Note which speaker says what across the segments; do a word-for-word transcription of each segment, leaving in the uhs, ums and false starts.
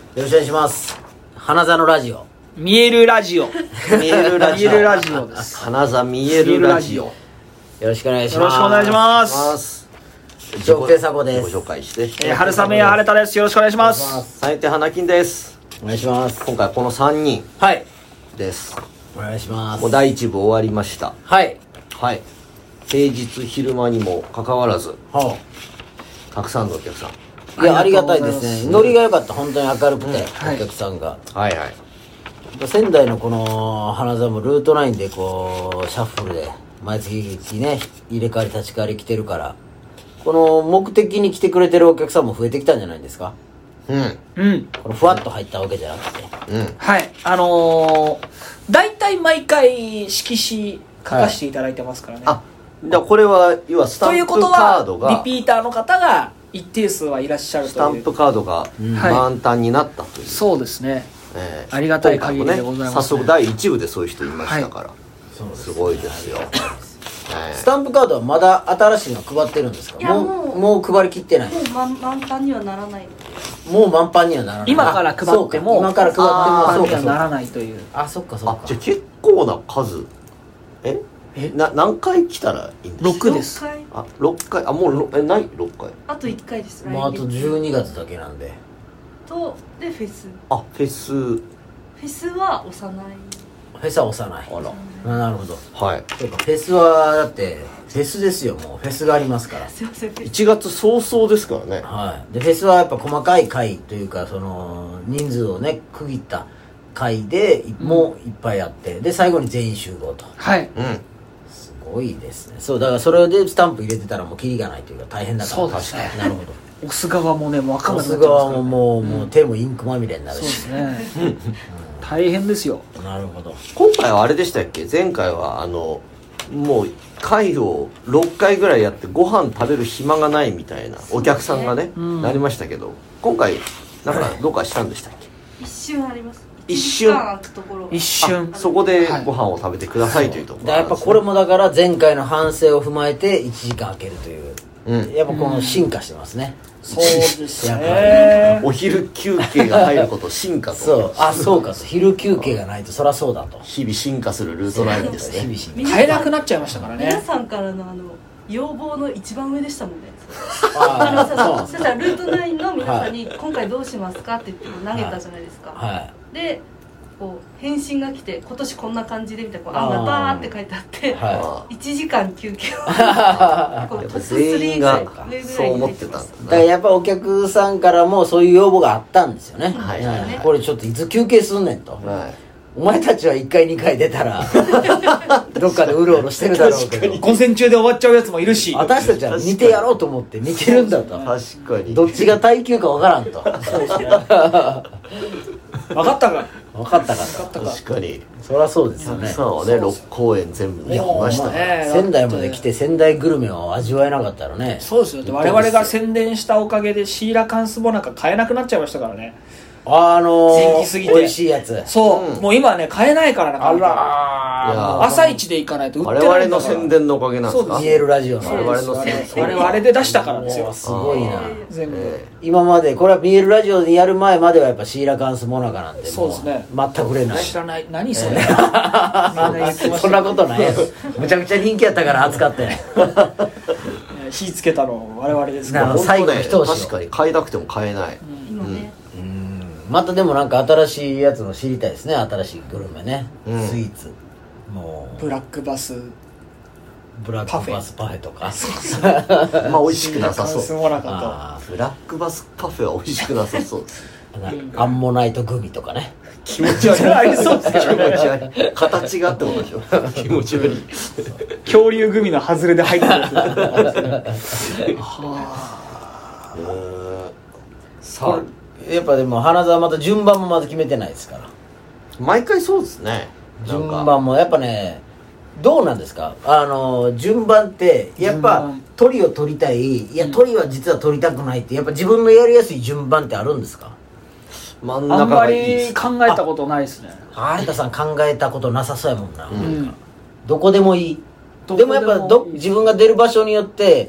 Speaker 1: ろしくお願いします。花座のラジオ、
Speaker 2: 見えるラジオ
Speaker 3: 見えるラジオ
Speaker 2: 見えるラジオです。
Speaker 3: 花座見えるラジオ、
Speaker 1: よろしくお願いします。
Speaker 2: よろしくお願いします。
Speaker 1: 長平佐子です。
Speaker 3: ご紹介して、
Speaker 2: えー、春雨や晴れたです。よろしくお願いします。
Speaker 3: 三手花金です。
Speaker 1: お願いします。
Speaker 3: 今回このさんにん
Speaker 1: はい
Speaker 3: です。
Speaker 1: お願いします。
Speaker 3: もうだいいち部終わりました。
Speaker 1: はい
Speaker 3: はい。平日昼間にもかかわらず、
Speaker 1: は
Speaker 3: たくさんのお客さん。
Speaker 1: あ、いやありがたいですね。ノリが良かった。本当に明るくて、
Speaker 2: うん、
Speaker 1: お客さんが、
Speaker 3: はいはい。
Speaker 1: 仙台のこの花座もルートナインでこうシャッフルで毎月ね入れ替わり立ち替わり来てるから、この目的に来てくれてるお客さんも増えてきたんじゃないですか。
Speaker 3: うん
Speaker 2: うん
Speaker 1: このふわっと入ったわけじゃなくて、
Speaker 3: うん。
Speaker 2: はいあのー、大体毎回色紙書かせていただいてますからね、
Speaker 3: あ、じゃあこれは要はスタンプ
Speaker 2: ということ
Speaker 3: カードが
Speaker 2: はリピーターの方が一定数はいらっしゃるという
Speaker 3: スタンプカードが満タンになったという、
Speaker 2: そうですね、
Speaker 3: えー
Speaker 2: ありがたい限りでございますね。
Speaker 3: 今回もね、早速だいいち部でそういう人いましたから、
Speaker 1: はい、
Speaker 3: すごいですよ。えー
Speaker 1: スタンプカードはまだ新しいの配ってるんですか。
Speaker 4: いや
Speaker 1: もう
Speaker 4: もう
Speaker 1: もう配りきってない。
Speaker 4: もう満満タンにはならないので。
Speaker 1: もう満帆にはならない。
Speaker 2: 今から配っても
Speaker 1: あ今から配っても
Speaker 2: 満帆にはならないという。
Speaker 1: あ、そっかそっか。
Speaker 3: あ、じゃあ結構な数。え
Speaker 2: え
Speaker 3: な何回来たらいいんですか。
Speaker 2: ろくです
Speaker 4: ろっかい
Speaker 3: あ、ろっかい。あ、もうろえないろっかい。
Speaker 4: あといっかいです。
Speaker 1: もうあとじゅうにがつだけなんで。
Speaker 4: とでフェス。
Speaker 3: あ、フェス。
Speaker 4: フェスは押さない。
Speaker 1: フェスは押さない。
Speaker 3: あら。
Speaker 1: あ、なるほど。
Speaker 3: はい。
Speaker 1: そうか、フェスはだってフェスですよ。もうフェスがありますから。
Speaker 4: すいません。フェス
Speaker 3: いちがつ早々ですからね。
Speaker 1: はい。でフェスはやっぱ細かい会というか、その人数をね区切った会でもういっぱいあって、で最後に全員集合と。
Speaker 2: はい
Speaker 3: うん。
Speaker 1: すごいですね。そうだからそれでスタンプ入れてたらもうキリがないというか大変だから。
Speaker 2: そうですね。
Speaker 1: なるほど。
Speaker 2: 押す側もねもう分かんな
Speaker 1: 押
Speaker 2: くなっちゃいます
Speaker 1: す側ももう、もう手もインクまみれになる
Speaker 2: そうで
Speaker 1: し。
Speaker 2: すね大変ですよ。
Speaker 1: なるほど。
Speaker 3: 今回はあれでしたっけ。前回はあのもう会をろっかいぐらいやってご飯食べる暇がないみたいなお客さんがね、
Speaker 2: うん
Speaker 3: なりましたけど、今回なんかどうかしたんでしたっけ。
Speaker 4: 一瞬あります。
Speaker 3: 一瞬
Speaker 4: いちじかん空くところ。
Speaker 2: 一瞬
Speaker 3: あ、そこでご飯を食べてくださいというところ
Speaker 1: だからやっぱこれもだから前回の反省を踏まえていちじかん空けるという、
Speaker 3: うん
Speaker 1: やっぱこの進化してますね。
Speaker 2: そうです
Speaker 1: やっ
Speaker 2: ね。
Speaker 3: お昼休憩が入ること進化と
Speaker 1: そうあそうか、昼休憩がないとそりゃそうだと。
Speaker 3: 日々進化するルートラインですね。
Speaker 1: 日々進化。
Speaker 4: 皆さん
Speaker 2: 買えなくなっちゃいましたからね。
Speaker 4: 皆さんからのあの要望の一番上でしたもんね。
Speaker 1: あ
Speaker 4: あの
Speaker 1: そう
Speaker 4: さそしたらルートナインの皆さんに今回どうしますかって言って投げたじゃないですか。
Speaker 1: はい
Speaker 4: でこう返信が来て今年こんな感じでみたいなこう案がバーって書いてあって、
Speaker 1: はい
Speaker 4: ちじかん休憩をこう
Speaker 3: やっぱ
Speaker 4: トップ
Speaker 3: 全員が
Speaker 4: スリーぐらい上ぐらいに
Speaker 3: そう思ってたんだ
Speaker 1: だからやっぱお客さんからもそういう要望があったんですよね。
Speaker 3: はい
Speaker 1: うん
Speaker 4: はい
Speaker 1: これちょっといつ休憩すんねんと、
Speaker 3: はい。
Speaker 1: お前たちはいっかいにかい出たらどっかでうろうろしてるだろうけど、
Speaker 2: 午前中で終わっちゃうやつもいるし。
Speaker 1: 私たちは似てやろうと思って似てるんだと。
Speaker 3: 確かに。
Speaker 1: どっちが耐久かわからんと。
Speaker 2: そうですね。分かったか。
Speaker 1: 分かったかと。
Speaker 3: 確かに。
Speaker 1: そりゃそうですよね。
Speaker 3: さんはねろっ公演全部見ましたから。
Speaker 2: ね
Speaker 1: 仙台まで来て仙台グルメを味わえなかったらね。
Speaker 2: そうですよ。で我々が宣伝したおかげでシーラカンスボなんか買えなくなっちゃいましたからね。
Speaker 1: あのー、
Speaker 2: 前期すぎて
Speaker 1: 美味しいやつ。
Speaker 2: そう、
Speaker 3: うん
Speaker 2: もう今ね買えないからな。
Speaker 1: あ
Speaker 3: いや
Speaker 1: らー、
Speaker 2: 朝一で行かないと売って
Speaker 3: 我々の
Speaker 2: ないんだから。
Speaker 3: 宣伝のおかげなんですか。
Speaker 1: 見えるラジオの
Speaker 3: 我々の宣伝。
Speaker 2: 我々で出したからですよ。
Speaker 1: おーすごいな。
Speaker 2: 全部。
Speaker 3: え
Speaker 1: 今までこれは見えるラジオでやる前まではやっぱシーラカンスモナカなんで
Speaker 2: そうですね
Speaker 1: もう全く売れない。
Speaker 2: 知らない。何それ。みんな言ってました
Speaker 1: そんなことないよ。むちゃくちゃ人気やったから扱って。
Speaker 2: 火つけたの我々ですから
Speaker 1: なるほど。最後の一押しを
Speaker 3: 確かに買いたくても買えない。
Speaker 4: 今ね、
Speaker 1: またでもなんか新しいやつの知りたいですね。新しいグルメね、
Speaker 3: うん
Speaker 1: スイーツもう
Speaker 2: ブラックバス
Speaker 1: ブラックバスパフェとか。
Speaker 3: まあ美味しくなさそう。
Speaker 2: シーラカンスモナカ
Speaker 1: あ
Speaker 3: ブラックバスパフェは美味しくなさそうです。
Speaker 1: ーなアンモナイトグミとかね。
Speaker 3: 気持ち悪い。
Speaker 2: ありそうです
Speaker 3: 気持ち悪い。形がってことでしょ。気持ち悪い。
Speaker 2: と恐竜グミの外れで入ってるやつは
Speaker 3: うーんさ
Speaker 1: これやっぱでも花座はまた順番もまず決めてないですから。
Speaker 3: あ毎回そうですね。なん
Speaker 1: 順
Speaker 3: か
Speaker 1: 番もやっぱね、どうなんですか。あの順番ってやっぱ
Speaker 2: 順番
Speaker 1: 鳥を取りたい、いや鳥は実は取りたくないってやっぱ自分のやりやすい順番ってあるんですか。
Speaker 3: 真ん
Speaker 2: あんま
Speaker 3: 中がいいで
Speaker 2: り
Speaker 3: す。
Speaker 2: 考えたことないですね。
Speaker 1: 有田さん考えたことなさそうやもんな、
Speaker 2: うん。
Speaker 1: どこでもいい。
Speaker 2: どこ
Speaker 1: でもやっぱど
Speaker 2: いい
Speaker 1: 自分が出る場所によって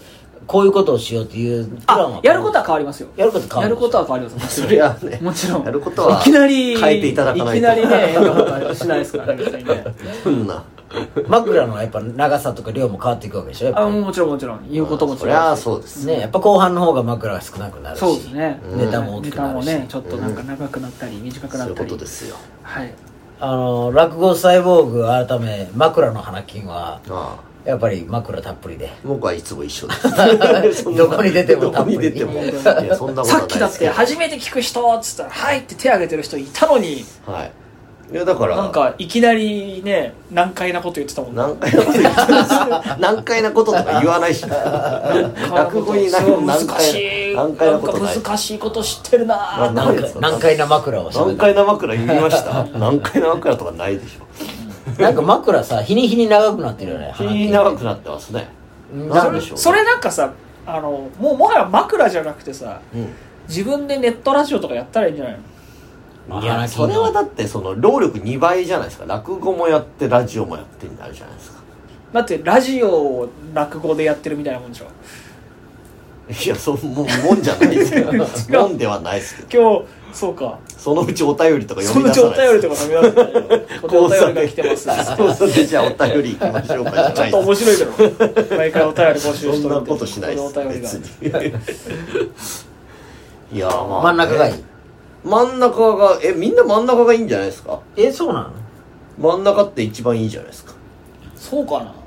Speaker 1: こういうことをしようっていうプランは
Speaker 2: あやることは変わりますよ。
Speaker 1: やること変わる
Speaker 2: やることは変わります
Speaker 3: それはね
Speaker 2: もちろん
Speaker 3: やることはい
Speaker 2: きなり
Speaker 3: 変えていただかないと
Speaker 2: いきなりね変なことはしないですからね別にね
Speaker 3: そんな
Speaker 1: 枕のやっぱ長さとか量も変わっていくわけでしょやっぱ
Speaker 2: あもちろんもちろん言うことも違うし
Speaker 3: そりゃそうです
Speaker 1: ねやっぱ後半の方が枕が少なくなるし
Speaker 2: そうですね
Speaker 1: ネタも大き
Speaker 2: 時間も
Speaker 1: くなるし、
Speaker 2: ねちょっとなんか長くなったり短くな
Speaker 3: そういう
Speaker 2: ったり
Speaker 3: ことですよ
Speaker 2: はい
Speaker 1: あの落語サイボーグ改め枕の花金は
Speaker 3: ああ
Speaker 1: やっぱり枕たっぷりで
Speaker 3: 僕はいつも一緒です
Speaker 1: どこに出ても
Speaker 3: どこに出てもいやそんなことは
Speaker 2: さ
Speaker 3: ない
Speaker 2: っきだって
Speaker 3: ですけど
Speaker 2: 初めて聞く人っつったら「はい」って手挙げてる人いたのに
Speaker 3: はいいやだから
Speaker 2: なんかいきなりね難解なこと言ってたもん
Speaker 3: 難解なこと言ってるんですよ難解なこととか言わないし落語に何も難
Speaker 2: 難しい
Speaker 3: 解難解なことない
Speaker 2: んか難しいこと知ってるなぁ
Speaker 3: な
Speaker 1: 難解難解な枕をしゃべ
Speaker 3: 難解な枕言いました難解な枕とかないでしょ
Speaker 1: なんか枕さ日に日に長くなってるよね
Speaker 3: 日に長くなってますねなんでしょうね
Speaker 2: それなんかさあのもうもはや枕じゃなくてさ
Speaker 3: うん
Speaker 2: 自分でネットラジオとかやったらいいんじゃないの
Speaker 3: いやそれはだってその労力にばいじゃないですか落語もやってラジオもやってになるじゃないですか
Speaker 2: だってラジオを落語でやってるみたいなもんでしょ
Speaker 3: いやそうももんじゃないですけどもんではないですけど
Speaker 2: 今日そうか
Speaker 3: そのうちお便りとか
Speaker 2: そ
Speaker 3: 読み
Speaker 2: のうちお
Speaker 3: 出さない
Speaker 2: 便りとか飲み出すんだよここでお便りが来てます
Speaker 3: そうそうでじゃあお便り行きましょうかじゃない
Speaker 2: ちょっと面白いけど毎回お便り募集して
Speaker 3: そんなことしないです
Speaker 2: ここでお便りが
Speaker 3: 別にいやまあ
Speaker 1: 真ん中がいい
Speaker 3: 真ん中がえみんな真ん中がいいんじゃないですか
Speaker 1: えそうなの
Speaker 3: 真ん中って一番いいじゃないですか
Speaker 2: そうかな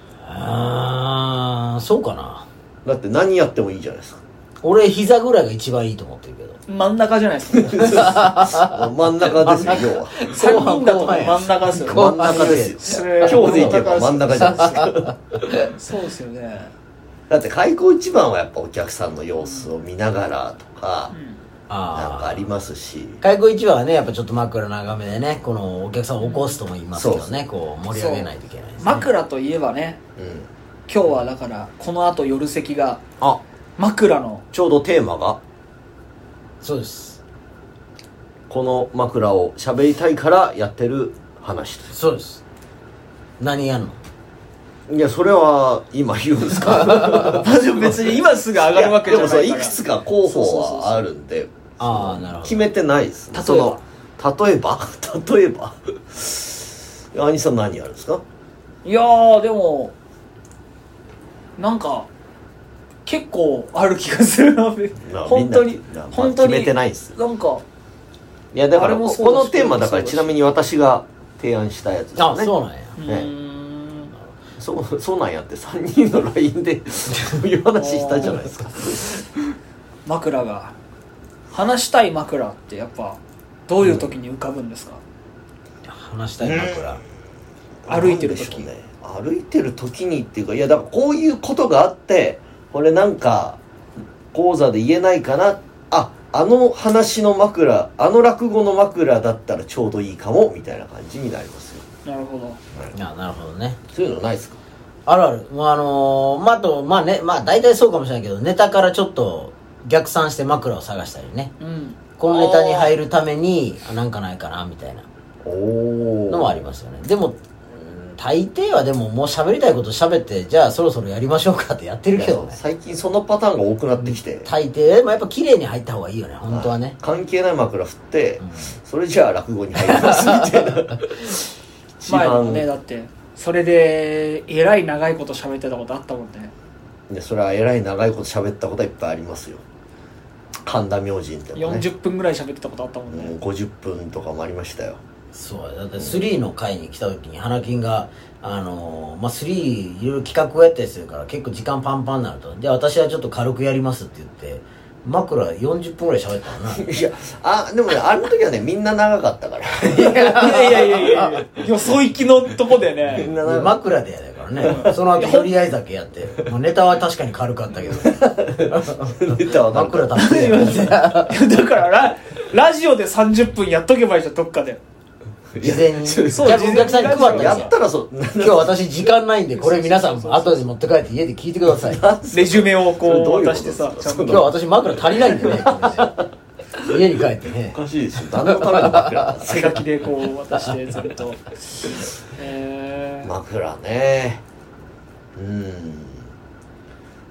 Speaker 1: あーそうかな
Speaker 3: だって何やってもいいじゃないですか
Speaker 1: 俺膝ぐらいが一番いいと思ってるけど
Speaker 2: 真ん中じゃないですか
Speaker 3: 真ん中ですよ要は
Speaker 2: さんにんだと真ん中ですよ
Speaker 3: 真ん中ですよ今日でいけば真ん中じゃないですか
Speaker 2: そうですよね
Speaker 3: だって開口一番はやっぱお客さんの様子を見ながらとか
Speaker 1: あ
Speaker 3: なんかありますし
Speaker 1: 開口一番はねやっぱちょっと枕長めでねこのお客さんを起こすとも言いますけどねこう盛り上げないといけないですね
Speaker 2: 枕といえばね
Speaker 3: うん
Speaker 2: 今日はだからこの後夜席が
Speaker 3: あ
Speaker 2: 枕の
Speaker 3: ちょうどテーマが
Speaker 1: そうです
Speaker 3: この枕を喋りたいからやってる話と
Speaker 1: そうです何やんの
Speaker 3: いやそれは今言うんですか
Speaker 2: でも別に今すぐ上がるわけじゃないから
Speaker 3: でもそういくつか候補はあるんで
Speaker 1: ああなるほど
Speaker 3: 決めてないですね
Speaker 2: 例えば
Speaker 3: その例えば例えば兄さん何やるんですか
Speaker 2: いやーでもなんか結構ある気がするな本当に
Speaker 3: みんな
Speaker 2: 本当に
Speaker 3: 決めてないです
Speaker 2: なんか
Speaker 3: いやだから
Speaker 2: あれも
Speaker 3: こ
Speaker 2: そうだし
Speaker 3: のテーマだからちなみに私が提案したやつですよね
Speaker 1: あそうなんや
Speaker 2: う
Speaker 3: ね
Speaker 2: ーん
Speaker 3: そうそうなんやってさんにんの ライン でそういう話したじゃないですか
Speaker 2: 枕が話したい枕ってやっぱどういう時に浮かぶんですか、
Speaker 1: 話したい枕、
Speaker 2: 歩いてる時
Speaker 3: なんでしょうね歩いてる時にっていうかいやだからこういうことがあってこれなんか講座で言えないかなああの話の枕あの落語の枕だったらちょうどいいかもみたいな感じになりますよ
Speaker 2: なるほど
Speaker 1: あなるほどね
Speaker 3: そういうのないですか
Speaker 1: あるあるもうあのー、まああとまあねまあ大体そうかもしれないけどネタからちょっと逆算して枕を探したりね
Speaker 2: うん
Speaker 1: このネタに入るためにあなんかないかなみたいな
Speaker 3: おお
Speaker 1: のもありますよねでもうん大抵はでももう喋りたいこと喋ってじゃあそろそろやりましょうかってやってるけどね
Speaker 3: 最近そのパターンが多くなってきて、
Speaker 1: 大抵でもやっぱ綺麗に入った方がいいよね本当はね
Speaker 3: 関係ない枕振って、
Speaker 1: うん
Speaker 3: それじゃあ落語に入りますみたいな一
Speaker 2: 前も
Speaker 3: 番
Speaker 2: ねだってそれでえらい長いこと喋ってたことあったもんね
Speaker 3: でそれはえらい長いこと喋ったことはいっぱいありますよ神田明神ってのもね
Speaker 2: よんじゅっぷんぐらい喋ってたことあったもんね、
Speaker 3: もうごじゅっぷんとかもありましたよ
Speaker 1: そうだってスリーの回に来た時に花金があのー、まあスリーいろいろ企画をやったりするから結構時間パンパンになるとで私はちょっと軽くやりますって言って枕よんじゅっぷんぐらい喋ったのない
Speaker 3: やあでもねあの時はねみんな長かったから
Speaker 2: いやいやいやいやいやよそ行きのとこでね
Speaker 3: みんな長かっ
Speaker 1: 枕でやだからねその後寄り合い酒やってもうネタは確かに軽かったけど
Speaker 3: たネタはなんか
Speaker 1: 枕たっぷりやって
Speaker 2: だからララジオでさんじゅっぷんやっとけばいいじゃんどっかで
Speaker 1: 事前に
Speaker 3: そう
Speaker 1: じゃあお客さんに配ったんですよ
Speaker 3: やったらそう
Speaker 1: 今日私時間ないんでこれ皆さん後で持って帰って家で聞いてください今
Speaker 2: レジュメをこ
Speaker 3: それどういうこと
Speaker 2: う渡してさ
Speaker 3: ですか
Speaker 2: ちゃんと
Speaker 1: 日私枕足りないんでねこれね家に帰ってね
Speaker 3: おかしいですよ何のための枕なんですか
Speaker 2: 手書きでこう渡してずっとえー、
Speaker 3: 枕ねうん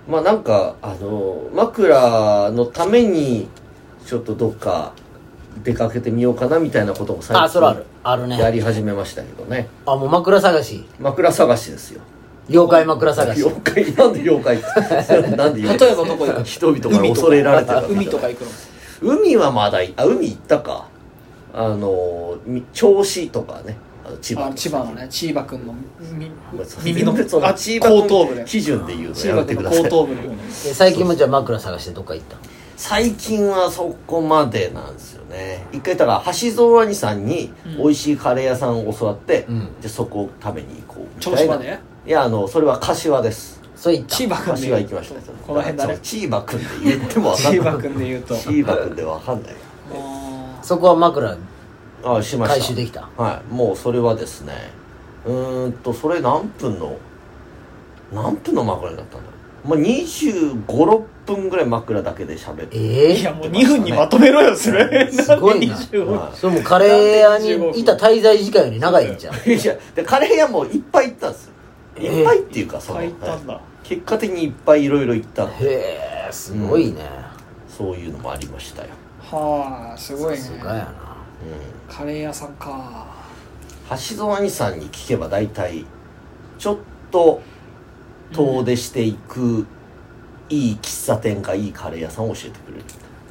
Speaker 3: まあなんかあの枕のためにちょっとどっか出かけてみようかなみたいなことも最
Speaker 1: あそれあるあるね
Speaker 3: やり始めましたけどね。
Speaker 1: あもう枕探し
Speaker 3: 枕探しですよ。
Speaker 1: 妖怪枕探し
Speaker 3: 妖怪なんで妖怪ってなんで妖怪
Speaker 2: 例えばどこ行くの？
Speaker 3: 人々から恐れられてる
Speaker 2: 海とか行くの？
Speaker 3: 海はまだいあ海行ったか。あのみ銚子とかね、あの千葉
Speaker 2: あ千葉のね千葉君のみ
Speaker 3: 耳
Speaker 2: 耳の
Speaker 3: の
Speaker 2: あ
Speaker 3: 千葉
Speaker 2: 後頭部ね
Speaker 3: 基準で言うの
Speaker 2: 千
Speaker 3: や
Speaker 2: 葉君の後
Speaker 3: めてください。
Speaker 2: 頭部の方ね
Speaker 1: で最近もじゃあ枕探してどっか行った
Speaker 3: 最近はそこまでなんですよね。一回だから橋蔵兄さんに美味しいカレー屋さんを教わって、
Speaker 1: うん
Speaker 3: でそこを食べに行こうみたいな。
Speaker 2: 銚子まで？
Speaker 3: いやあのそれは柏です。
Speaker 1: そういった
Speaker 2: 千葉君で
Speaker 3: 柏行きました。
Speaker 2: この辺だね
Speaker 3: そう千葉君で言っても分かんない。
Speaker 2: 千葉君で言うと
Speaker 3: 千葉君で分かんない。
Speaker 2: あ
Speaker 1: そこは枕
Speaker 3: あしました。
Speaker 1: 回収できた
Speaker 3: はいもうそれはですねうーんとそれ何分の何分の枕になったんだろう。まあにじゅうご、ろっぷんぐらい枕だけで喋って、
Speaker 1: ええ
Speaker 2: ーいやもうにふんにまとめろよそれ
Speaker 1: すごいな
Speaker 2: なんでにじゅうご
Speaker 3: はい
Speaker 1: それもうカレー屋にいた滞在時間より長いんじゃん
Speaker 3: いやでカレー屋もいっぱい行ったんですよ。
Speaker 1: えー
Speaker 3: いっぱいっていうかその、
Speaker 2: いっぱい行ったんだ
Speaker 3: はい結果的にいっぱいいろいろ行ったので
Speaker 1: へえすごいね
Speaker 3: そういうのもありましたよ。
Speaker 2: はあすごいね
Speaker 1: さすがやな
Speaker 3: う
Speaker 2: カレー屋さんか
Speaker 3: ん橋蔵兄さんに聞けば大体ちょっと遠出していく、いい喫茶店かいいカレー屋さんを教えてくれる。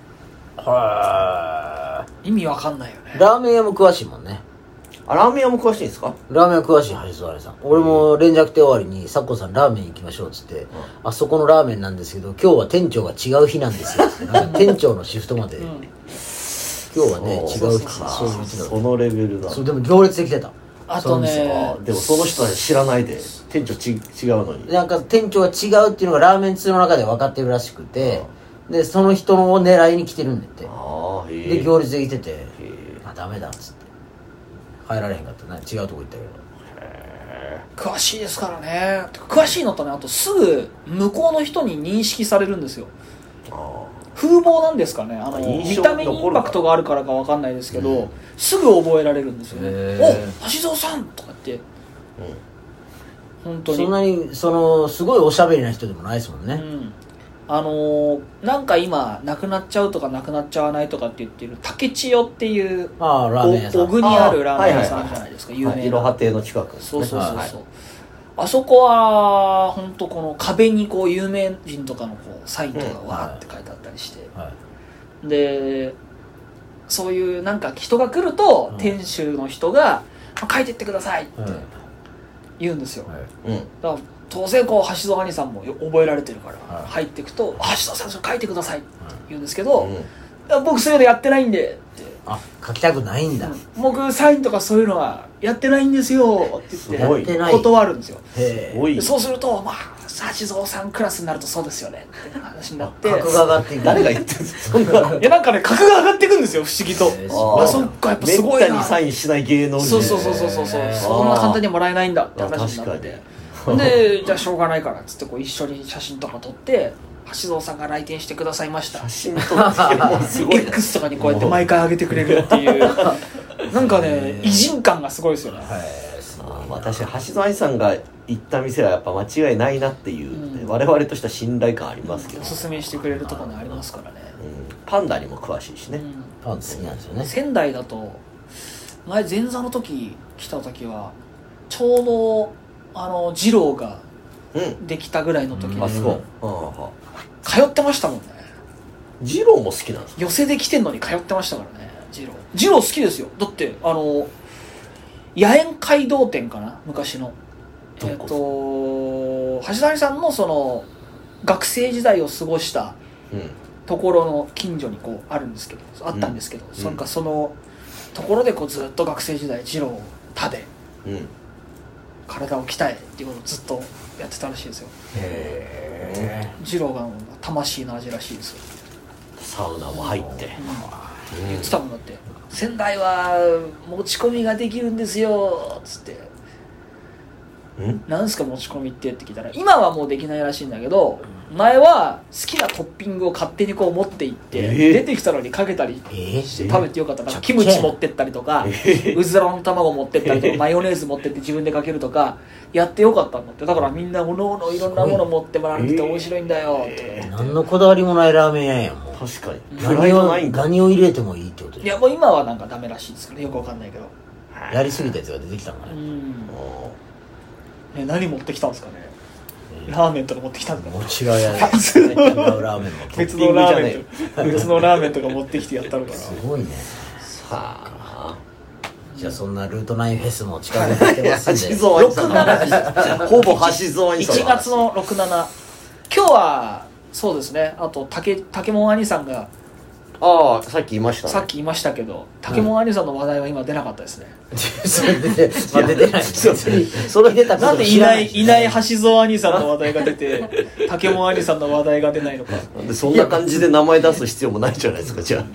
Speaker 1: は
Speaker 2: 意味わかんないよね
Speaker 1: いラーメン屋も詳しいもんね
Speaker 3: あラーメン屋も詳しいんですか。
Speaker 1: ラーメン屋詳しい橋沢さん俺も連絡手終わりに「サッコさんラーメン行きましょう」っつって、あそこのラーメンなんですけど今日は店長が違う日なんですよっつってなんか店長のシフトまで、
Speaker 2: うん
Speaker 1: 今日はね違う日
Speaker 3: そう
Speaker 1: そういう日だ
Speaker 3: そのレベルだ。
Speaker 1: そうでも行列できてた
Speaker 2: あとね
Speaker 1: その店
Speaker 3: あでもその人たち知らないで店長ち違うのに。
Speaker 1: なんか店長が違うっていうのがラーメン通の中で分かってるらしくてでその人の狙いに来てるんだって
Speaker 3: ああへえ
Speaker 1: で行列できてて
Speaker 3: へ
Speaker 1: あダメだっつって入られへんかったな違うとこ行ったけど
Speaker 2: 詳しいですからねてか詳しいのとねあとすぐ向こうの人に認識されるんですよ。
Speaker 3: えあ
Speaker 2: 風貌なんですかねあの見
Speaker 3: 印象
Speaker 2: た目にインパクトがあるからかわかんないですけど、
Speaker 3: うん
Speaker 2: すぐ覚えられるんですよね。
Speaker 1: へ
Speaker 2: お橋蔵さんとかって
Speaker 3: あうん
Speaker 2: 本当に
Speaker 1: そんなにそのすごいおしゃべりな人でもないですもんね、
Speaker 2: うん、あのー、なんか今なくなっちゃうとかなくなっちゃわないとかって言ってる竹千代っていう
Speaker 1: ああラーメン屋さん
Speaker 2: お小国にあるラーメン屋さんじゃないですか、有名
Speaker 3: いろは
Speaker 2: な。
Speaker 3: 亭の近くですね。
Speaker 2: そうそうそうそう、
Speaker 3: はい
Speaker 2: あそこは本当この壁にこう有名人とかのこうサインとかがわーって書いてあったりして、
Speaker 1: はい
Speaker 2: でそういうなんか人が来ると、
Speaker 1: うん
Speaker 2: 店主の人が「書いてってください」って
Speaker 1: はい
Speaker 2: 言うんですよ、
Speaker 1: はい
Speaker 3: うん
Speaker 2: だから当然こう橋蔵兄さんも覚えられてるから、
Speaker 1: はい
Speaker 2: 入っていくと「あ橋蔵さんそれ書いてください」って言うんですけど、
Speaker 3: うん
Speaker 2: いや僕そういうのやってないんでって
Speaker 1: あ書きたくないんだ、
Speaker 2: 僕サインとかそういうのはやってないんですよって
Speaker 3: す
Speaker 2: 言っ
Speaker 3: ごい
Speaker 2: て
Speaker 1: やってない
Speaker 2: 断るんですよ。
Speaker 1: へえ
Speaker 3: すごい
Speaker 2: でそうするとまあ橋蔵さんクラスになるとそうですよねって話になって
Speaker 1: 格が上がっていく
Speaker 3: 誰が言ってるんですかそんな。
Speaker 2: いやなんかね格が上がっていくんですよ不思議と。
Speaker 1: へえ
Speaker 3: あ
Speaker 2: あそっかやっぱすごいな
Speaker 3: めったにサインしない芸能人。
Speaker 2: そうそうそうそうそうそう
Speaker 1: へー
Speaker 2: そんな簡単にもらえないんだって話になっ
Speaker 3: あ
Speaker 2: て
Speaker 3: 確
Speaker 2: でじゃあしょうがないからっつってこう一緒に写真とか撮って橋蔵さんが来店してくださいました
Speaker 3: 写真撮ってもうすごいな
Speaker 2: X とかにこうやって毎回上げてくれるっていうなんかね偉人感がすごいですよね。
Speaker 1: へえすごい
Speaker 3: あー私橋蔵兄さんが行った店はやっぱ間違いないなっていう、
Speaker 2: うん
Speaker 3: 我々としては信頼感ありますけど、
Speaker 2: おすすめしてくれるところありますからね、
Speaker 3: うんパンダにも詳しいしね、
Speaker 2: うん
Speaker 1: パン好きなんですよね
Speaker 2: 仙台だと前前座の時来た時はちょうどあの二郎が
Speaker 3: うん
Speaker 2: できたぐらいの時に
Speaker 3: あそこ、うんうん
Speaker 2: 通ってましたもんね。
Speaker 3: 二郎も好きなんですか。
Speaker 2: 寄席で来てんのに通ってましたからね二郎二郎好きですよ。だってあの野猿街道店かな昔の
Speaker 3: どこ
Speaker 2: えっ、と橋谷さんのその学生時代を過ごした
Speaker 3: うん
Speaker 2: ところの近所にこうあるんですけどあったんですけど、
Speaker 3: ん
Speaker 2: それかそのところでこうずっと学生時代二郎を食べ
Speaker 3: うん
Speaker 2: 体を鍛えっていうことをずっとやってたらしいですよ。
Speaker 1: へ
Speaker 2: 二郎が魂の味らしいですよ。
Speaker 3: サウナも入って、うん
Speaker 2: 言ってたもんだって仙台は持ち込みができるんですよっつって
Speaker 3: ん
Speaker 2: なんすか持ち込みってって聞いたら、今はもうできないらしいんだけど、前は好きなトッピングを勝手にこう持っていって、
Speaker 3: えー
Speaker 2: 出てきたのにかけたり
Speaker 1: え
Speaker 2: して食べてよかった。なんかキムチ持ってったりとか、うずらの卵持ってったりとか、マヨネーズ持ってって自分でかけるとかやってよかったんだって。だからみんなおのおのいろんなもの持ってもらってて面白いんだよって。
Speaker 1: 何のこだわりもないラーメン屋やんもう。
Speaker 3: 確かにプライ
Speaker 1: 何を
Speaker 3: ドないんだ。
Speaker 1: 何を入れてもいいってことで
Speaker 2: いやもう今はなんかダメらしいですからよくわかんないけど。
Speaker 1: やりすぎたやつが出てきたのかね。
Speaker 2: うん。
Speaker 3: あ
Speaker 2: ね、何持ってきたんですかね。ラーメンとか持ってきたんだ
Speaker 1: もう違うやつ。違うラーメンも。
Speaker 2: 別のラーメンと別のラーメンとか持ってきてやったのかな。
Speaker 1: すごいね。
Speaker 3: ーはあ
Speaker 1: じゃあそんなルートナインフェスも近づいてきてますんで。
Speaker 3: 橋蔵兄さんほぼ橋蔵兄さん
Speaker 2: いちがつのろく、しち今日はそうですね。あと竹竹門兄さんが
Speaker 3: ああさっき言いましたね
Speaker 2: さっき言いましたけど、竹門兄さんの話題は今出なかったですね。
Speaker 1: それで、まあ、出てない。それ出た
Speaker 2: なんでいないいない橋蔵兄さんの話題が出て竹門兄さんの話題が出ないのか。
Speaker 3: なんでそんな感じで名前出す必要もないじゃないですかじゃ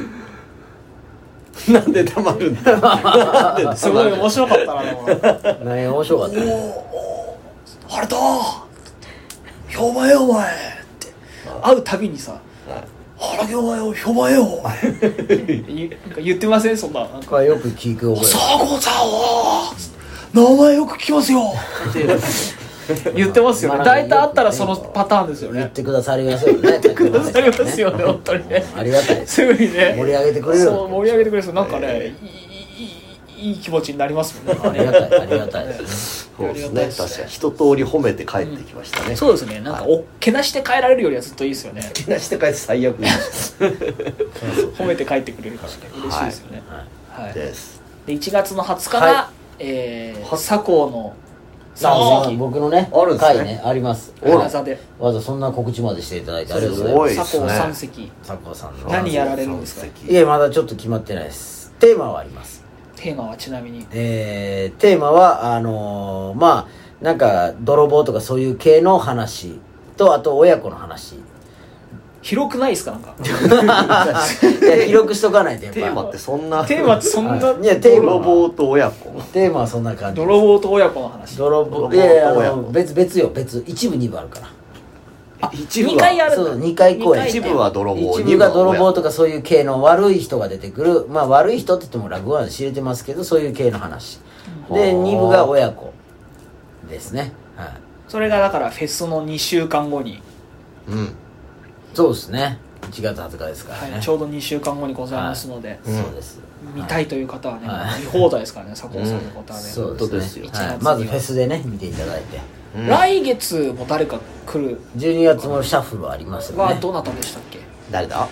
Speaker 3: あなんで黙るんだなんです
Speaker 2: ごい面白かったなでも
Speaker 1: 何面白かったね。
Speaker 2: あれだ評判よお前って会うたびにさ原家お前よ評判よお前言なんか言ってませんそんななんか
Speaker 1: これよく聞く覚え。
Speaker 2: さあこうさお名前よく聞きますよって言ってますよね。大体あったらそのパターンですよね。
Speaker 1: 言ってくださりますよね。
Speaker 2: くださりますよね本当にね。
Speaker 1: ありがたいです。
Speaker 2: すぐにね
Speaker 1: 盛り上げてくれる。
Speaker 2: そう盛り上げてくれる。なんかねいいいいいい気持ちになりますもんね。
Speaker 1: ありがたいありがたいですね。
Speaker 3: そうですね
Speaker 2: ありがたいですね
Speaker 3: 確かに一通り褒めて帰ってきましたね、
Speaker 2: そうですね。なんかおけなして帰られるよりはずっといいですよね。
Speaker 3: けなして帰って最悪です
Speaker 2: 褒めて帰ってくれるからね嬉しいですよね。
Speaker 1: はい
Speaker 2: はい。
Speaker 3: です
Speaker 2: でいちがつのはつかが、
Speaker 1: は
Speaker 2: えー、佐高の
Speaker 1: あ
Speaker 2: 三
Speaker 1: 僕のね
Speaker 3: あるんですね
Speaker 1: 会ねあります。
Speaker 3: おら
Speaker 2: 花座で
Speaker 1: わざわざそんな告知までしていただいてありがとうございます。
Speaker 3: すごい
Speaker 2: 佐高三席
Speaker 1: 佐藤さんの
Speaker 2: 何やられるんですか。
Speaker 1: いやまだちょっと決まってないです。テーマはあります。
Speaker 2: テーマはちなみに
Speaker 1: えー、テーマはあのー、まあなんか泥棒とかそういう系の話とあと親子の話。
Speaker 2: 広くないですかなんか
Speaker 1: いや広くしとかないとやっぱ
Speaker 3: テーマってそんな
Speaker 2: テーマってそんな、
Speaker 1: はいいやテーマは
Speaker 3: 泥棒と親子
Speaker 1: テーマはそんな感じ。
Speaker 2: 泥棒と親子の話。
Speaker 1: 泥棒
Speaker 3: 泥棒
Speaker 1: いやいやあ
Speaker 3: 親子
Speaker 1: の別別よ別一部二部あるから。
Speaker 3: 一部
Speaker 2: にかいあ
Speaker 3: は
Speaker 2: るんだ。
Speaker 1: そうにかい公演。
Speaker 2: 二回
Speaker 3: 一部は泥棒
Speaker 1: 一部が泥棒と
Speaker 3: か
Speaker 1: かそういう系の悪い人が出てくる、まあ悪い人って言っても落語は知れてますけどそういう系の話で、
Speaker 3: うん
Speaker 1: 二部が親子ですね。はい、
Speaker 2: それがだからフェスのにしゅうかんごに、
Speaker 3: うん
Speaker 1: そうですね。いちがつはつかですからね、
Speaker 2: はい、ちょうどにしゅうかんごにございますので、
Speaker 3: うん
Speaker 1: そうです。
Speaker 2: 見たいという方はね、
Speaker 1: はい
Speaker 2: 見放題ですからね佐藤さんのことはね、
Speaker 1: そう
Speaker 3: 本当
Speaker 1: でね。
Speaker 3: ですすよ
Speaker 1: はい、
Speaker 2: いちがつには
Speaker 1: まずフェスでね見ていただいて、
Speaker 3: うん
Speaker 2: 来月も誰か来る
Speaker 1: じゅうにがつもシャッフルはありますよね。
Speaker 2: はどなたでしたっけ。
Speaker 3: 誰だ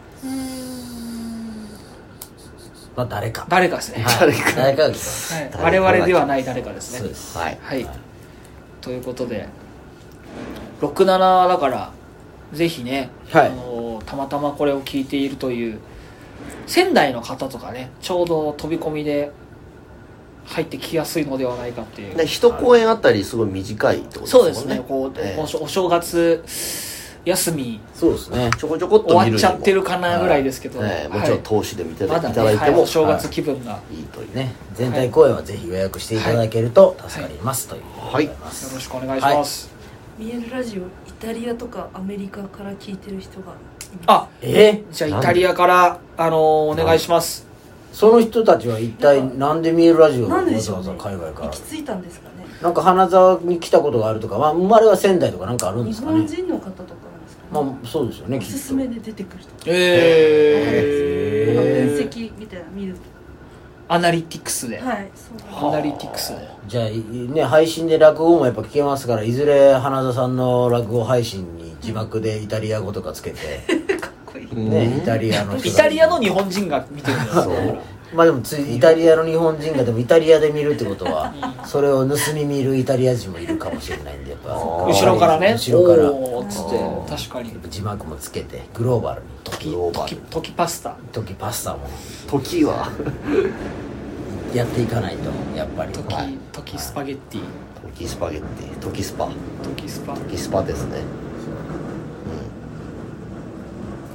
Speaker 1: まあ誰か。
Speaker 2: 誰かですね、
Speaker 1: はい、
Speaker 3: 誰か
Speaker 1: 誰かが来ます。
Speaker 2: はい、
Speaker 3: 誰か
Speaker 2: 我々ではない誰かですね。
Speaker 1: そうです。
Speaker 3: はい
Speaker 2: はい、ということでろくじゅうななだからぜひね、
Speaker 1: はい
Speaker 2: あのたまたまこれを聞いているという仙台の方とかねちょうど飛び込みで入ってきやすいのではないかっていう。
Speaker 3: ね一公演あたりすごい短いってことですもんね
Speaker 2: そうですねこう、
Speaker 3: ええ
Speaker 2: おお正月休み
Speaker 1: そうですね。
Speaker 3: ちょこちょこっと見るにも
Speaker 2: 終わっちゃってるかなぐらいですけど、
Speaker 3: ええもちろん投資で見てい
Speaker 2: まだね、
Speaker 3: ただいても
Speaker 2: はいお正月気分が、よ
Speaker 3: いいという
Speaker 1: ね、全体公演はぜひ予約していただけると助かります、ということでございます。
Speaker 2: ろしくお願いします、
Speaker 4: 見えるラジオイタリアとかアメリカから聞いてる人がいます。
Speaker 2: あ
Speaker 1: え
Speaker 2: じゃあイタリアからあのーお願いします。
Speaker 1: その人たちは一体なんで見えるラジオをわ
Speaker 4: なんででしょうね
Speaker 1: ざわざ海外から
Speaker 4: 行き着いたんですかね。
Speaker 1: なんか花沢に来たことがあるとか、まあ、生まれは仙台とかなんかあるんで
Speaker 4: 日
Speaker 1: すかね。
Speaker 4: 本人の方とかなんですかね。
Speaker 1: まあそうですよね、
Speaker 4: お
Speaker 1: きっと
Speaker 4: すすめで出てくる人。
Speaker 2: え
Speaker 4: なんか
Speaker 1: へー
Speaker 4: 分析みたいなの見ると。
Speaker 2: アナリティクスで、
Speaker 4: はい、そう。
Speaker 2: アナリティクスで
Speaker 1: じゃあいね、配信で落語もやっぱ聞けますから、いずれ花田さんの落語配信に字幕でイタリア語とかつけて
Speaker 4: かっこいい。
Speaker 1: ね、イタリアの人が
Speaker 2: イタリアの日本人が見てるんです
Speaker 3: そう
Speaker 2: よ。
Speaker 1: まあでもついイタリアの日本人がでもイタリアで見るってことはそれを盗み見るイタリア人もいるかもしれないんで、やっぱ
Speaker 2: 後ろからね
Speaker 1: 後ろから
Speaker 2: おーっつって
Speaker 3: あ
Speaker 2: 確かに
Speaker 1: 字幕もつけてグローバルに
Speaker 2: 時
Speaker 3: グローバル
Speaker 2: 時時パスタ
Speaker 1: 時パスタも
Speaker 3: 時は
Speaker 1: やっていかないとやっぱり
Speaker 2: 時
Speaker 1: はい
Speaker 2: 時スパゲッティ
Speaker 3: 時スパゲッティ時スパ
Speaker 2: 時スパ
Speaker 3: 時スパですね
Speaker 2: は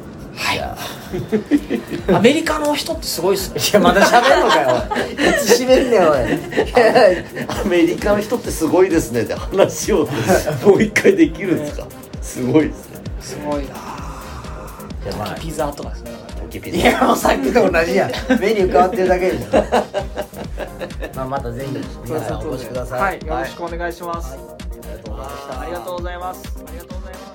Speaker 2: アメリカの人ってすごいっすね。
Speaker 1: いやまだ喋るのかよおい。いつ締めんねんおい。
Speaker 3: アメリカの人ってすごいですねって話をもう一回できるんですか。すごいですね。
Speaker 2: すごいな。
Speaker 1: じゃあまあ
Speaker 2: ピザとかですね。
Speaker 1: いやもうさっきと同じやん。メニュー変わってるだけでしょ。まあまたぜひ皆さんお越しください。
Speaker 2: はい、よろしくお願いします。
Speaker 1: はい、ありがとうございました。
Speaker 2: ありがとうございます。ありがとうございます。